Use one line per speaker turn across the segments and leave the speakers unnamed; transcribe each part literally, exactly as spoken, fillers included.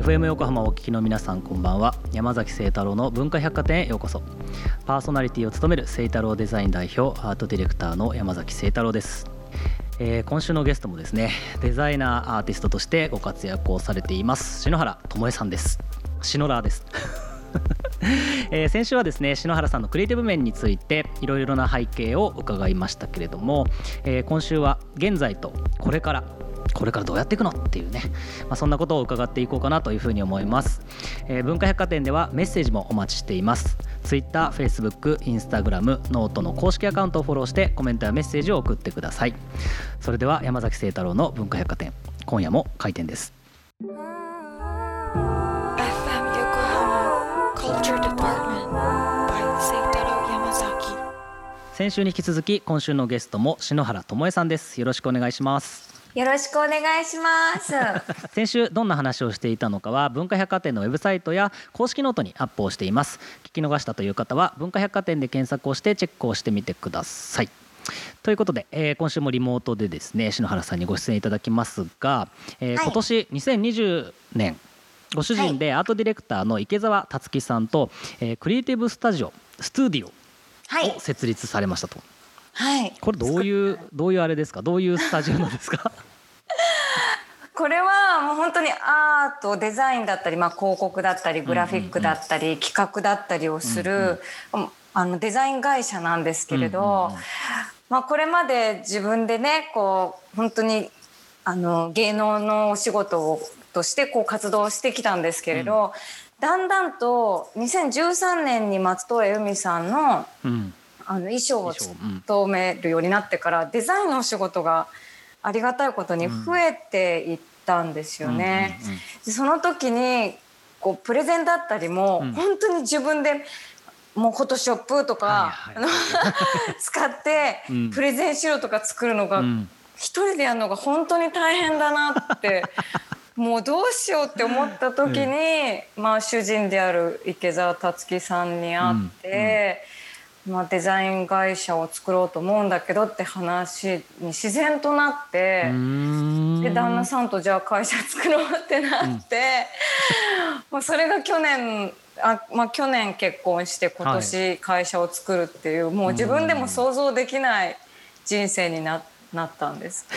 エフエム 横浜をお聞きの皆さん、こんばんは。山崎清太郎の文化百貨店へようこそ。パーソナリティを務める清太郎デザイン代表アートディレクターの山崎清太郎です。えー、今週のゲストもですね、デザイナーアーティストとしてご活躍をされています篠原ともえさんです。篠ラーですえー、先週はですね、篠原さんのクリエイティブ面についていろいろな背景を伺いましたけれども、えー、今週は現在とこれからこれからどうやっていくのっていうね、まあ、そんなことを伺っていこうかなというふうに思います。えー、文化百貨店ではメッセージもお待ちしています。 Twitter、Facebook、Instagram、ノートの公式アカウントをフォローしてコメントやメッセージを送ってください。それでは山崎清太郎の文化百貨店、今夜も開店です。先週に引き続き今週のゲストも篠原ともえさんです。よろしくお願いします。
よろしくお願いします
先週どんな話をしていたのかは文化百貨店のウェブサイトや公式ノートにアップをしています。聞き逃したという方は文化百貨店で検索をしてチェックをしてみてください。ということで、えー、今週もリモートでですね、篠原さんにご出演いただきますが、えーはい、今年にせんにじゅうねんご主人でアートディレクターの池澤達樹さんと、えー、クリエイティブスタジオストゥディオを設立されましたと。
はい、
これどういうどういうあれですか、どういうスタジオなんですか
これはもう本当にアートデザインだったり、まあ、広告だったりグラフィックだったり、うんうんうん、企画だったりをする、うんうん、あのデザイン会社なんですけれど、うんうんうん、まあ、これまで自分でねこう本当にあの芸能のお仕事をとしてこう活動してきたんですけれど、うん、だんだんとにせんじゅうさんねんに松任谷由実さんの、うん、あの衣装を務めるようになってから、うん、デザインのお仕事がありがたいことに増えていったんですよね。うんうんうんうん、でその時にこうプレゼンだったりも、うん、本当に自分でもうフォトショップとか、はいはい、使ってプレゼン資料とか作るのが、うん、一人でやるのが本当に大変だなってもうどうしようって思った時に、うん、まあ、主人である池澤達樹さんに会って、うんうん、まあ、デザイン会社を作ろうと思うんだけどって話に自然となって、で旦那さんとじゃあ会社作ろうってなって、うん、もうそれが去年あ、まあ、去年結婚して今年会社を作るっていう、はい、もう自分でも想像できない人生になってなったんです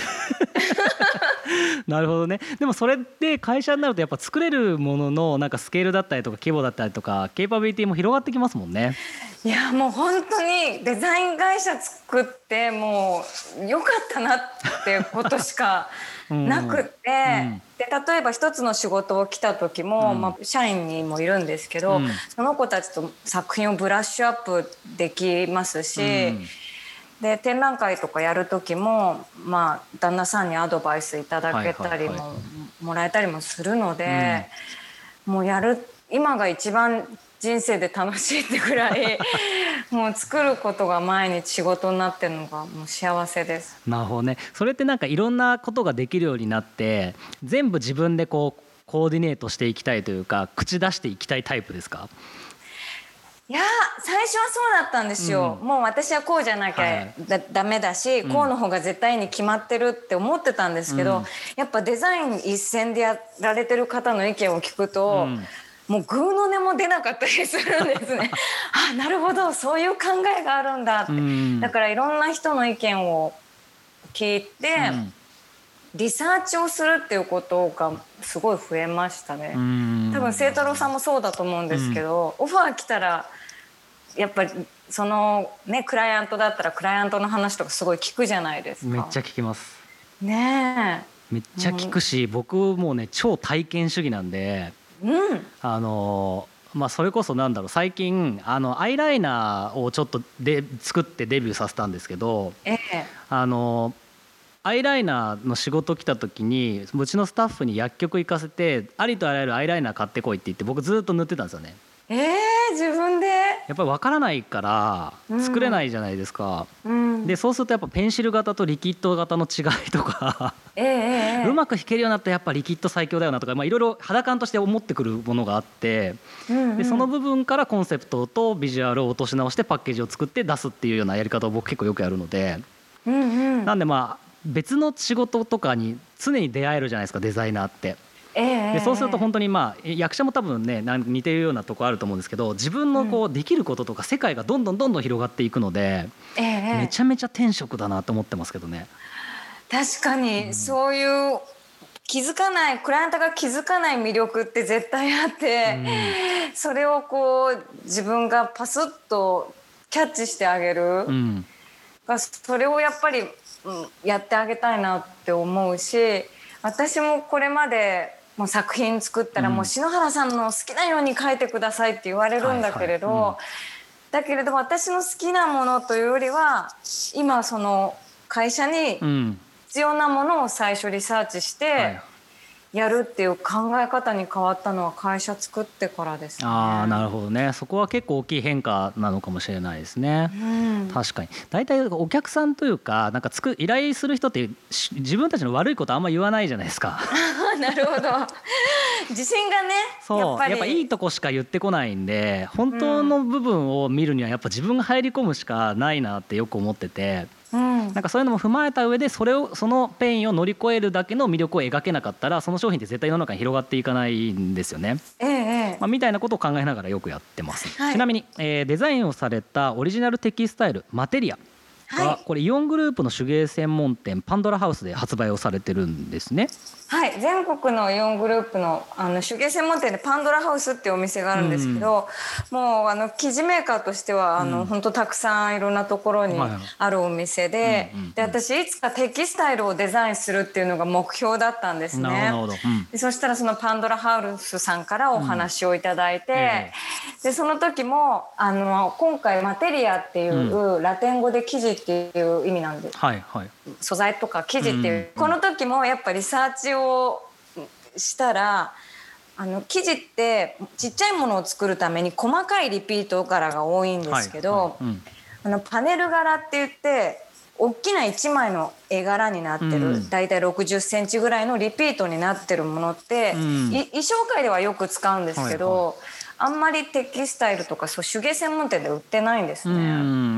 なるほどね。でもそれで会社になるとやっぱ作れるもののなんかスケールだったりとか規模だったりとかケーパビリティも広がってきますもんね。
いやもう本当にデザイン会社作ってもう良かったなってことしかなくって、うん、で例えば一つの仕事を来た時も、うん、まあ、社員にもいるんですけど、うん、その子たちと作品をブラッシュアップできますし、うん、で展覧会とかやる時も、まあ、旦那さんにアドバイスいただけたりも、はいはいはい、もらえたりもするので、うん、もうやる今が一番人生で楽しいってぐらいもう作ることが毎日仕事になってるのがもう幸せです。
なるほどね。それってなんかいろんなことができるようになって全部自分でこうコーディネートしていきたいというか口出していきたいタイプですか？
いや最初はそうだったんですよ、うん、もう私はこうじゃなきゃだ、はい、ダメだし、うん、こうの方が絶対に決まってるって思ってたんですけど、うん、やっぱデザイン一線でやられてる方の意見を聞くと、うん、もうグーの音も出なかったりするんですねあ、なるほどそういう考えがあるんだって、うん、だからいろんな人の意見を聞いて、うん、リサーチをするっていうことがすごい増えましたね。多分清太郎さんもそうだと思うんですけど、うん、オファー来たらやっぱりそのねクライアントだったらクライアントの話とかすごい聞くじゃないですか。
めっちゃ聞きます
ね
え。めっちゃ聞くし、うん、僕もうね超体験主義なんで、うん、あのまあそれこそなんだろう最近あのアイライナーをちょっとで作ってデビューさせたんですけど、ええ、あのアイライナーの仕事来た時にうちのスタッフに薬局行かせてありとあらゆるアイライナー買ってこいって言って僕ずっと塗ってたんですよね。
えー、自分で
やっぱり分からないから作れないじゃないですか、うん、でそうするとやっぱペンシル型とリキッド型の違いとか、えーえー、うまく弾けるようになったらやっぱリキッド最強だよなとか、まあ、いろいろ肌感として思ってくるものがあって、うんうん、でその部分からコンセプトとビジュアルを落とし直してパッケージを作って出すっていうようなやり方を僕結構よくやるので、うんうん、なんでまあ別の仕事とかに常に出会えるじゃないですかデザイナーって。
ええ、
でそうすると本当にまあ役者も多分ねなん似てるようなとこあると思うんですけど、自分のこうできることとか世界がどんどんどんどん広がっていくので、
ええ、
めちゃめちゃ天職だなと思ってますけどね。
確かにそういう気づかないクライアントが気づかない魅力って絶対あって、うん、それをこう自分がパスッとキャッチしてあげる、うん、それをやっぱり、うん、やってあげたいなって思うし、私もこれまでもう作品作ったらもう篠原さんの好きなように描いてくださいって言われるんだけれど、はいはい、うん、だけれど私の好きなものというよりは今その会社に必要なものを最初リサーチしてやるっていう考え方に変わったのは会社作ってからですね。
ああ、なるほどね。そこは結構大きい変化なのかもしれないですね、うん、確かに。だいたいお客さんというかなんかつく依頼する人って自分たちの悪いことあんま言わないじゃないですか
なるほど自信がね、
そうやっぱりやっぱいいとこしか言ってこないんで、本当の部分を見るにはやっぱ自分が入り込むしかないなってよく思ってて、うん、なんかそういうのも踏まえた上でそれをそのペインを乗り越えるだけの魅力を描けなかったらその商品って絶対世の中に広がっていかないんですよね、
ええ、
まあ、みたいなことを考えながらよくやってます、
はい、
ちなみに、えー、デザインをされたオリジナルテキスタイルマテリアが、はい、これイオングループの手芸専門店パンドラハウスで発売をされてるんですね。
はい、全国のイオングループ の, あの手芸専門店でパンドラハウスっていうお店があるんですけど、うん、もうあの生地メーカーとしてはあの、うん、本当たくさんいろんなところにあるお店で、で私いつかテキスタイルをデザインするっていうのが目標だったんですね。
なるほど、うん、
でそしたらそのパンドラハウスさんからお話をいただいて、うんえー、でその時もあの今回マテリアっていう、うん、ラテン語で生地っていう意味なんで、
はいはい、
素材とか生地っていう、うん、この時もやっぱリサーチをしたらあの生地ってちっちゃいものを作るために細かいリピート柄が多いんですけど、はいはいうん、あのパネル柄って言って大きないちまいの絵柄になってる、うん、だいたいろくじゅっセンチぐらいのリピートになってるものって、うん、衣装界ではよく使うんですけど、はいはい、あんまりテキスタイルとかそう手芸専門店で売ってないんですね。うん、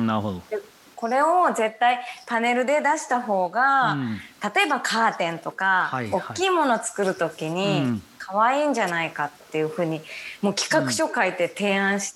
なるほど。これを絶対パネルで出した方が、うん、例えばカーテンとか、はいはい、大きいものを作る時に可愛いんじゃないかっていうふうにもう企画書書いて提案して、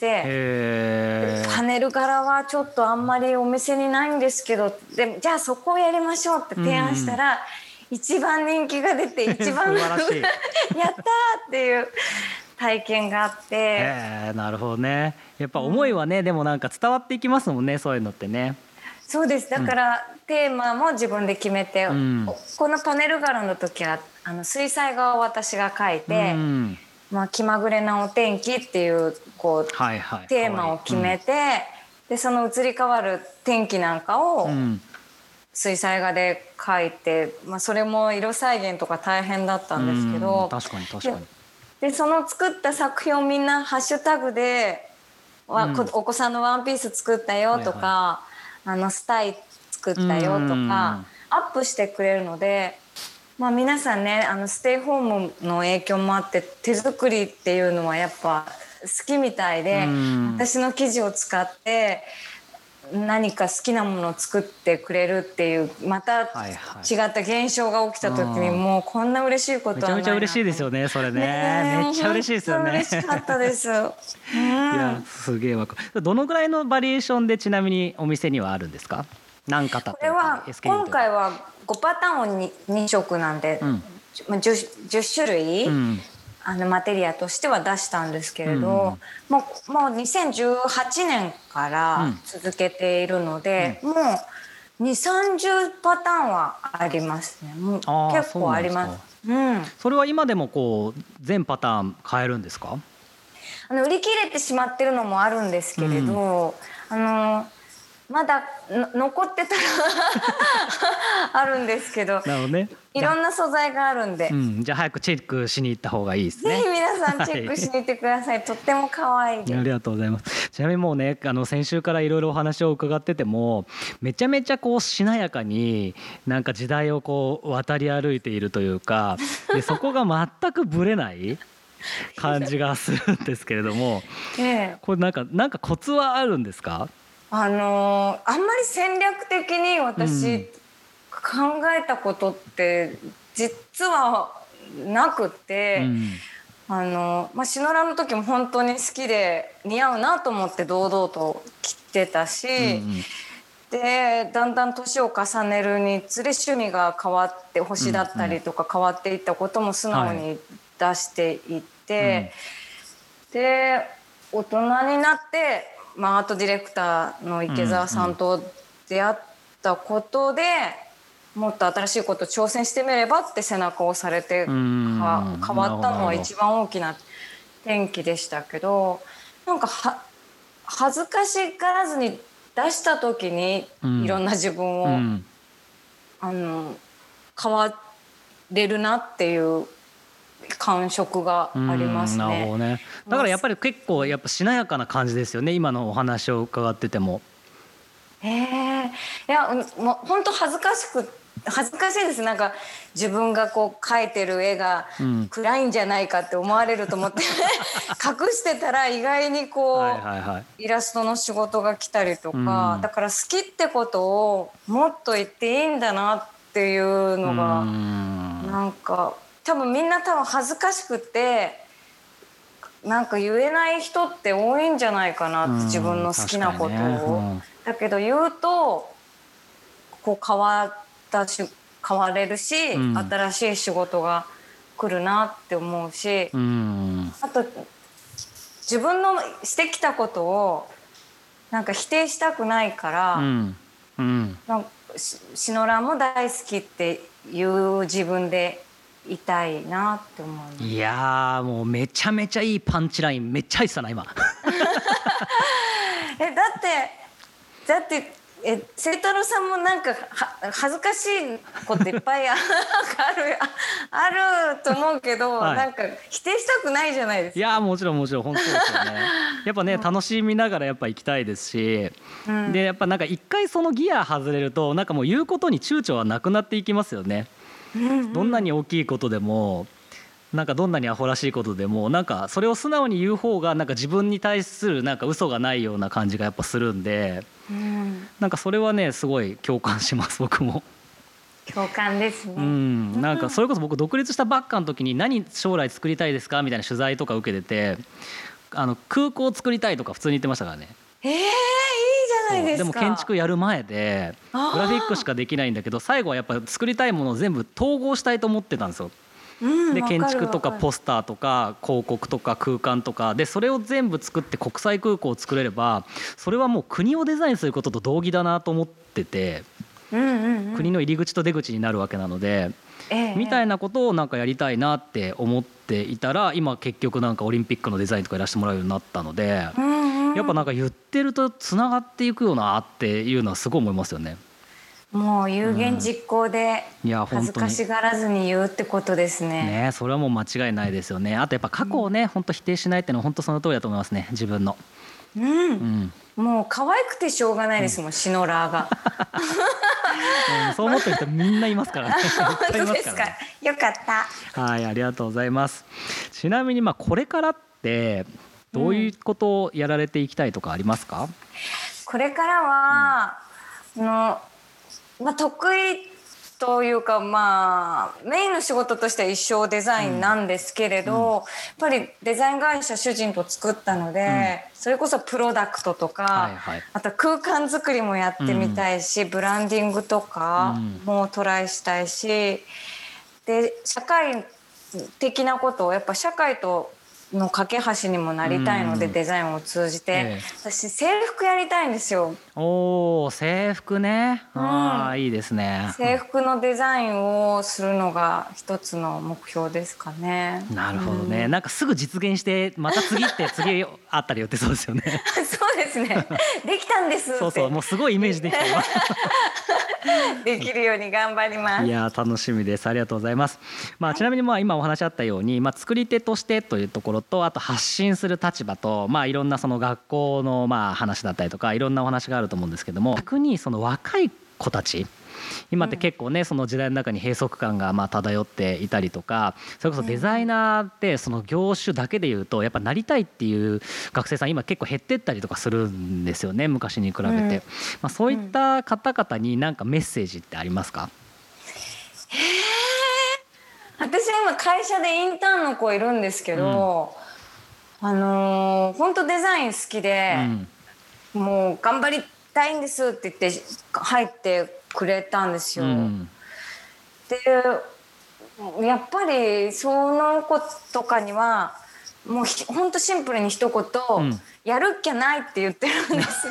うん、パネル柄はちょっとあんまりお店にないんですけどでじゃあそこをやりましょうって提案したら、うん、一番人気が出て一番やったーっていう体験があって、
えー、なるほどね。やっぱ思いはね、うん、でもなんか伝わっていきますもんね、そういうのってね。
そうです。だから、うん、テーマも自分で決めて、うん、このパネル柄の時はあの水彩画を私が描いて、うん、まあ、気まぐれなお天気っていうこう、はいはい、テーマを決めて、うん、でその移り変わる天気なんかを水彩画で描いて、まあ、それも色再現とか大変だったんですけど、
確かに確かに。
でその作った作品をみんなハッシュタグで、うん、お子さんのワンピース作ったよとか、はいはい、あのスタイ作ったよとかアップしてくれるので、まあ、皆さんねあのステイホームの影響もあって手作りっていうのはやっぱ好きみたいで、私の生地を使って何か好きなものを作ってくれるっていうまた違った現象が起きた時にもうこんな嬉しいことはないな。
めちゃめちゃ嬉しいですよねそれ ね, ねめっちゃ嬉しいですよね。
嬉しかったです、うん、い
やすげえわかる。どのぐらいのバリエーションでちなみにお店にはあるんですか？何型とか。これは
今回はごパターンを に, に色なんで、うん、10, じゅっ種類、うん、あのマテリアとしては出したんですけれど、うん、もう、もうにせんじゅうはちねんから続けているので、うん、もうにじゅう、さんじゅうパターンはありますね。もう結構あります。
うん、それは今でもこう全パターン買えるんですか？
あの売り切れてしまってるのもあるんですけれど、うん、あのまだ残ってたらあるんですけど、
なるほどね、
いろんな素材があるんで、
うん、じゃあ早くチェックしに行った方がいいですね。
ぜひ皆さんチェックしに行ってください、はい、とっても可愛いです。
ありがとうございます。ちなみにもうねあの先週からいろいろお話を伺っててもめちゃめちゃこうしなやかになんか時代をこう渡り歩いているというかでそこが全くぶれない感じがするんですけれども、ええ、これなんかなんかコツはあるんですか？
あのー、あんまり戦略的に私、うん、考えたことって実はなくて、うんあのまあ、シノラの時も本当に好きで似合うなと思って堂々と着てたし、うんうん、でだんだん年を重ねるにつれ趣味が変わって星だったりとか変わっていったことも素直に出していって、はい、で大人になって、まあ、アートディレクターの池澤さんと出会ったことで、もっと新しいこと挑戦してみればって背中を押されてか変わったのは一番大きな転機でしたけど、なんかは恥ずかしがらずに出した時にいろんな自分を、うん、あの変われるなっていう感触がありますね。
なるほどね。だからやっぱり結構やっぱしなやかな感じですよね、今のお話を伺ってても。
えー、いやもう本当恥ずかしく恥ずかしいです。なんか自分がこう描いてる絵が暗いんじゃないかって思われると思って、うん、隠してたら意外にこう、はいはいはい、イラストの仕事が来たりとか、うん、だから好きってことをもっと言っていいんだなっていうのが、うん、なんか多分みんな多分恥ずかしくてなんか言えない人って多いんじゃないかなって、自分の好きなことを、ねうん、だけど言うとこう変わったし変われるし、うん、新しい仕事が来るなって思うし、うん、あと自分のしてきたことをなんか否定したくないから、うんうん、なんかシノラも大好きっていう自分でいたいなって思う。
いやーもうめちゃめちゃいいパンチラインめっちゃ入ってたな今
えだってだってえ清太郎さんもなんかは恥ずかしいこといっぱいあるあると思うけど、はい、なんか否定したくないじゃないですか。
いやもちろんもちろん本当ですよねやっぱね楽しみながらやっぱ行きたいですし、うん、でやっぱなんか一回そのギア外れるとなんかもう言うことに躊躇はなくなっていきますよね、うんうん、どんなに大きいことでもなんかどんなにアホらしいことでもなんかそれを素直に言う方がなんか自分に対するなんか嘘がないような感じがやっぱするんで、うん、なんかそれはねすごい共感します僕も。
共感ですね、
うん、なんかそれこそ僕独立したばっかの時に何将来作りたいですかみたいな取材とか受けてて、あの空港作りたいとか普通に言ってましたからね。
えー、いいじゃないですか。
でも建築やる前でグラフィックしかできないんだけど最後はやっぱ作りたいものを全部統合したいと思ってたんですよ。うん、で建築とかポスターとか広告とか空間とかでそれを全部作って国際空港を作れればそれはもう国をデザインすることと同義だなと思ってて、うんうんうん、国の入り口と出口になるわけなので、ええ、みたいなことをなんかやりたいなって思っていたら今結局なんかオリンピックのデザインとかやらせてもらうようになったので、うんうん、やっぱなんか言ってるとつながっていくよなっていうのはすごい思いますよね。
もう有言実行で恥ずかしがらずに言うってことですね。
ね、それはもう間違いないですよね。あとやっぱ過去をね、うん、本当否定しないっていうのは本当その通りだと思いますね自分の、
うんうん、もう可愛くてしょうがないですもん、うん、シノラーが
うん、そう思ってる人みんないますからね
本当ですか、よかった。
はい、ありがとうございます。ちなみにまあこれからってどういうことをやられていきたいとかありますか？うん、
これからは、うん、のまあ、得意というか、まあ、メインの仕事としては一生デザインなんですけれど、うん、やっぱりデザイン会社主人と作ったので、うん、それこそプロダクトとか、はいはい、あと空間作りもやってみたいし、うん、ブランディングとかもトライしたいし、で社会的なことをやっぱ社会との架け橋にもなりたいので、うん、デザインを通じて、ええ、私制服やりたいんですよ。
おー、制服ね、うん、あーいいですね。
制服のデザインをするのが一つの目標ですかね。
なるほどね、うん、なんかすぐ実現してまた次って次あったりよってそうですよね
そうですね、できたんですって
そうそう、もうすごいイメージできた
できるように頑張ります。
いや楽しみです。ありがとうございます。まあ、ちなみにまあ今お話あったように、まあ、作り手としてというところとあと発信する立場と、まあ、いろんなその学校のまあ話だったりとかいろんなお話があると思うんですけども、逆にその若い子たち今って結構ねその時代の中に閉塞感がまあ漂っていたりとか、それこそデザイナーってその業種だけでいうとやっぱなりたいっていう学生さん今結構減ってったりとかするんですよね、昔に比べて、うんまあ、そういった方々に何かメッセージってありますか？
へ私は今会社でインターンの子いるんですけど、うん、あのー、本当デザイン好きで、うん、もう頑張りたいんですって言って入ってくれたんですよ、うん、でやっぱりその子とかにはもう本当シンプルに一言、うん、やるっきゃないって言ってるんです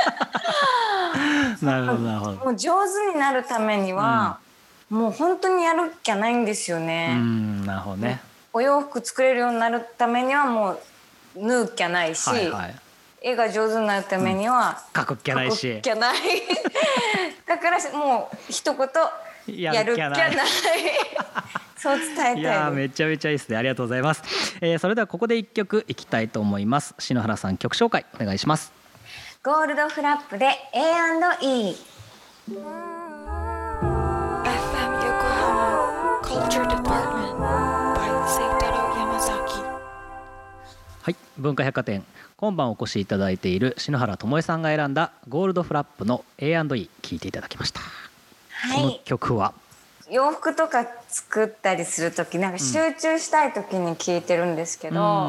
なるほどなるほど。
もう上手になるためには、うん、もう本当にやるっきゃないんですよね。
うん、なるほどね。
お洋服作れるようになるためにはもう縫うっきゃないし、はいはい、絵が上手になるためには、
うん、描くっきゃないし、
描くっきゃないだからもう一言やるっきゃないそう伝えたい。
いやめちゃめちゃいいですね。ありがとうございます、えー、それではここで一曲いきたいと思います。篠原さん、曲紹介お願いします。
ゴールドフラップで エーアンドイー。 エフエム Yokohama Culture Department by Seitaro Yamazaki。
はい、文化百貨店今晩お越しいただいている篠原ともえさんが選んだゴールドフラップの エーアンドイー 聴いていただきました。はい、この曲は
洋服とか作ったりする時なんか集中したい時に聴いてるんですけど、うん、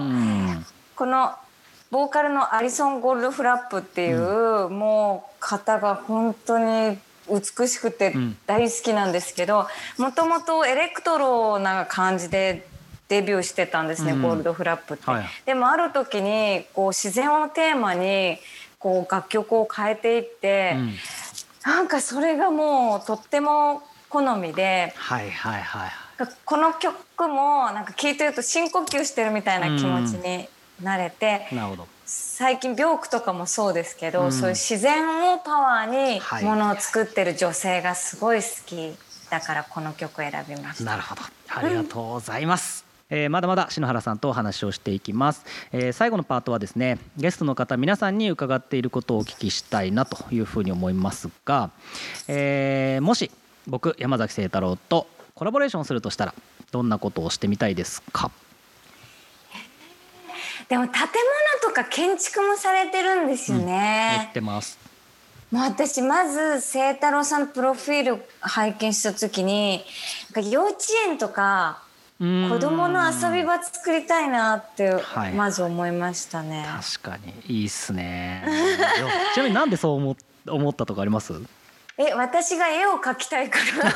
このボーカルのアリソン・ゴールドフラップっていう、うん、もう方が本当に美しくて大好きなんですけど、もともとエレクトロな感じでデビューしてたんですね、うん、ゴールドフラップって、はい、でもある時にこう自然をテーマにこう楽曲を変えていって、うん、なんかそれがもうとっても好みで、はいはいはい、この曲もなんか聴いてると深呼吸してるみたいな気持ちになれて、うん、なるほど。最近病気とかもそうですけど、うん、そういう自然をパワーにものを作ってる女性がすごい好きだからこの曲を選びました。
なるほど、ありがとうございます、うんえー、まだまだ篠原さんとお話をしていきます、えー、最後のパートはですね、ゲストの方皆さんに伺っていることをお聞きしたいなというふうに思いますが、えー、もし僕山崎清太郎とコラボレーションするとしたらどんなことをしてみたいですか？
でも建物とか建築もされてるんですよね、うん、
やってます。
もう私まず清太郎さんのプロフィール拝見した時になんか幼稚園とか子供の遊び場作りたいなってまず思いましたね、
はい、確かにいいっすねちなみになんでそう思思ったとかあります？
え、私が絵を描きたいから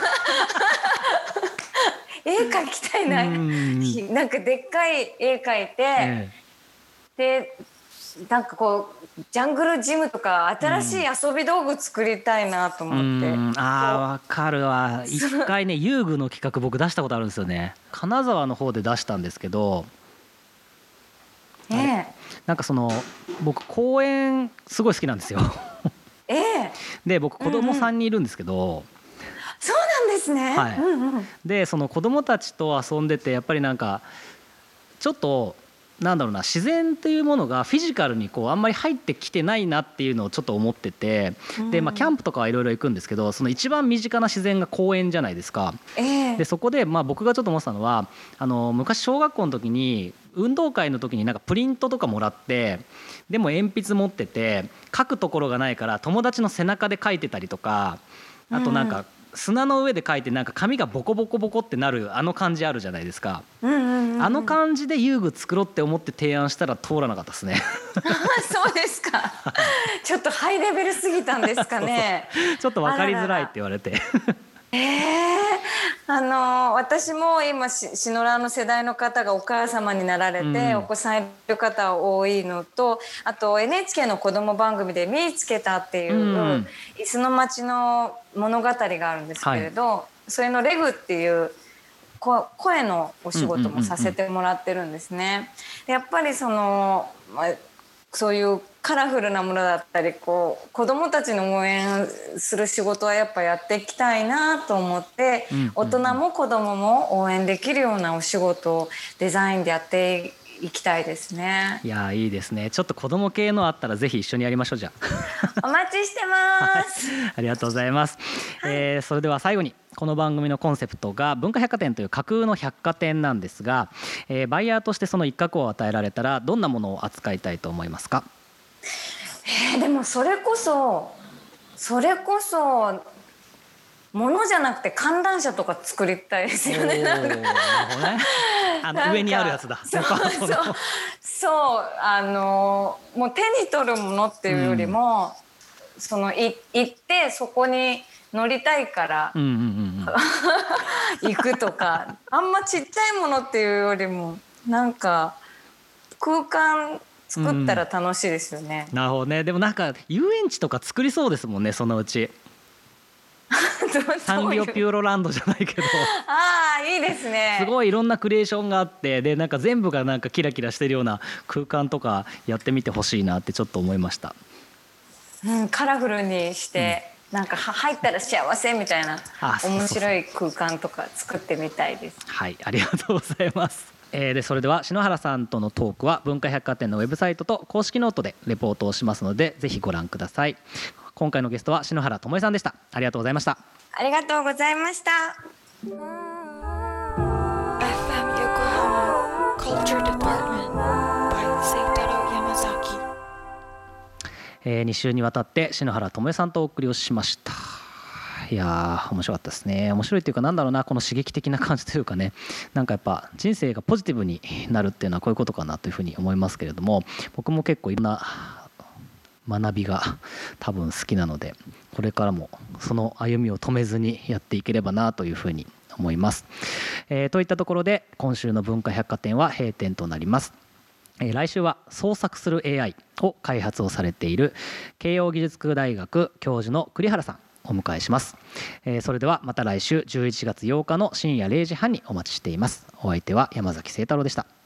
絵描きたいな、なんかでっかい絵描いて、ええ、でなんかこうジャングルジムとか新しい遊び道具作りたいなと思って、うん、
あーわかるわ。一回ね遊具の企画僕出したことあるんですよね。金沢の方で出したんですけど、ええ、なんかその僕公園すごい好きなんですよええ、で僕子供さんにんいるんですけど、うんうん、
そうなんですね、はい、うんうん、
でその子供たちと遊んでてやっぱりなんかちょっとなんだろうな、自然というものがフィジカルにこうあんまり入ってきてないなっていうのをちょっと思ってて、で、まあ、キャンプとかはいろいろ行くんですけど、その一番身近な自然が公園じゃないですか、えー、でそこでまあ僕がちょっと思ってたのは、あの昔小学校の時に運動会の時になんかプリントとかもらって、でも鉛筆持ってて書くところがないから友達の背中で書いてたりとか、あとなんか砂の上で書いてなんか紙がボコボコボコってなるあの感じあるじゃないですか、うんうんうん、あの感じで遊具作ろうって思って提案したら通らなかったですね
そうですかちょっとハイレベルすぎたんですかね
そうそう、ちょっと分かりづらいって言われて
えー、あの私も今シノラーの世代の方がお母様になられて、うん、お子さんいる方多いのと、あと エヌエイチケー の子ども番組で「見つけた」っていう、うん、椅子の町の物語があるんですけれど、はい、それのレグっていう声のお仕事もさせてもらってるんですね。でやっぱりその、まあ、そういうカラフルなものだったり、こう子どもたちの応援する仕事はやっぱやっていきたいなと思って、うんうんうん、大人も子どもも応援できるようなお仕事をデザインでやっていきたいですね。
いやいいですね。ちょっと子ども系のあったらぜひ一緒にやりましょう。じゃ
あお待ちしてます、
はい、ありがとうございます、はい、えー、それでは最後にこの番組のコンセプトが文化百貨店という架空の百貨店なんですが、えー、バイヤーとしてその一角を与えられたらどんなものを扱いたいと思いますか？
えー、でもそれこそそれこそ物じゃなくて観覧車とか作りたいですよね。なんか
なるほどね。あの上にあるやつだ。
そうそうそうあのもう手に取るものっていうよりも、うん、そのい行ってそこに乗りたいから、うんうんうんうん、行くとかあんまちっちゃいものっていうよりもなんか空間作ったら楽しいですよね、
うん、なるほどね。でもなんか遊園地とか作りそうですもんね、そのうちサンリオピューロランドじゃないけど
ああいいですね。
すごいいろんなクリエーションがあって、でなんか全部がなんかキラキラしてるような空間とかやってみてほしいなってちょっと思いました、
うん、カラフルにして、うん、なんか入ったら幸せみたいな面白い空間とか作ってみたいです。
はい、ありがとうございます。えー、でそれでは篠原さんとのトークは文化百貨店のウェブサイトと公式ノートでレポートをしますのでぜひご覧ください。今回のゲストは篠原ともえさんでした。ありがとうございました。
ありがとうございました。 エフエム 横浜 Culture Department by
セイタローヤマザキ、えー、に週にわたって篠原ともえさんとお送りをしました。いやー面白かったですね。面白いっていうかなんだろうな、この刺激的な感じというかね、なんかやっぱ人生がポジティブになるっていうのはこういうことかなというふうに思いますけれども、僕も結構いろんな学びが多分好きなので、これからもその歩みを止めずにやっていければなというふうに思います、えー、といったところで今週の文化百貨店は閉店となります。えー、来週は創作する エーアイ を開発をされている慶應義塾大学教授の栗原さんお迎えします、えー、それではまた来週じゅういちがつようかの深夜れいじはんにお待ちしています。お相手は山崎誠太郎でした。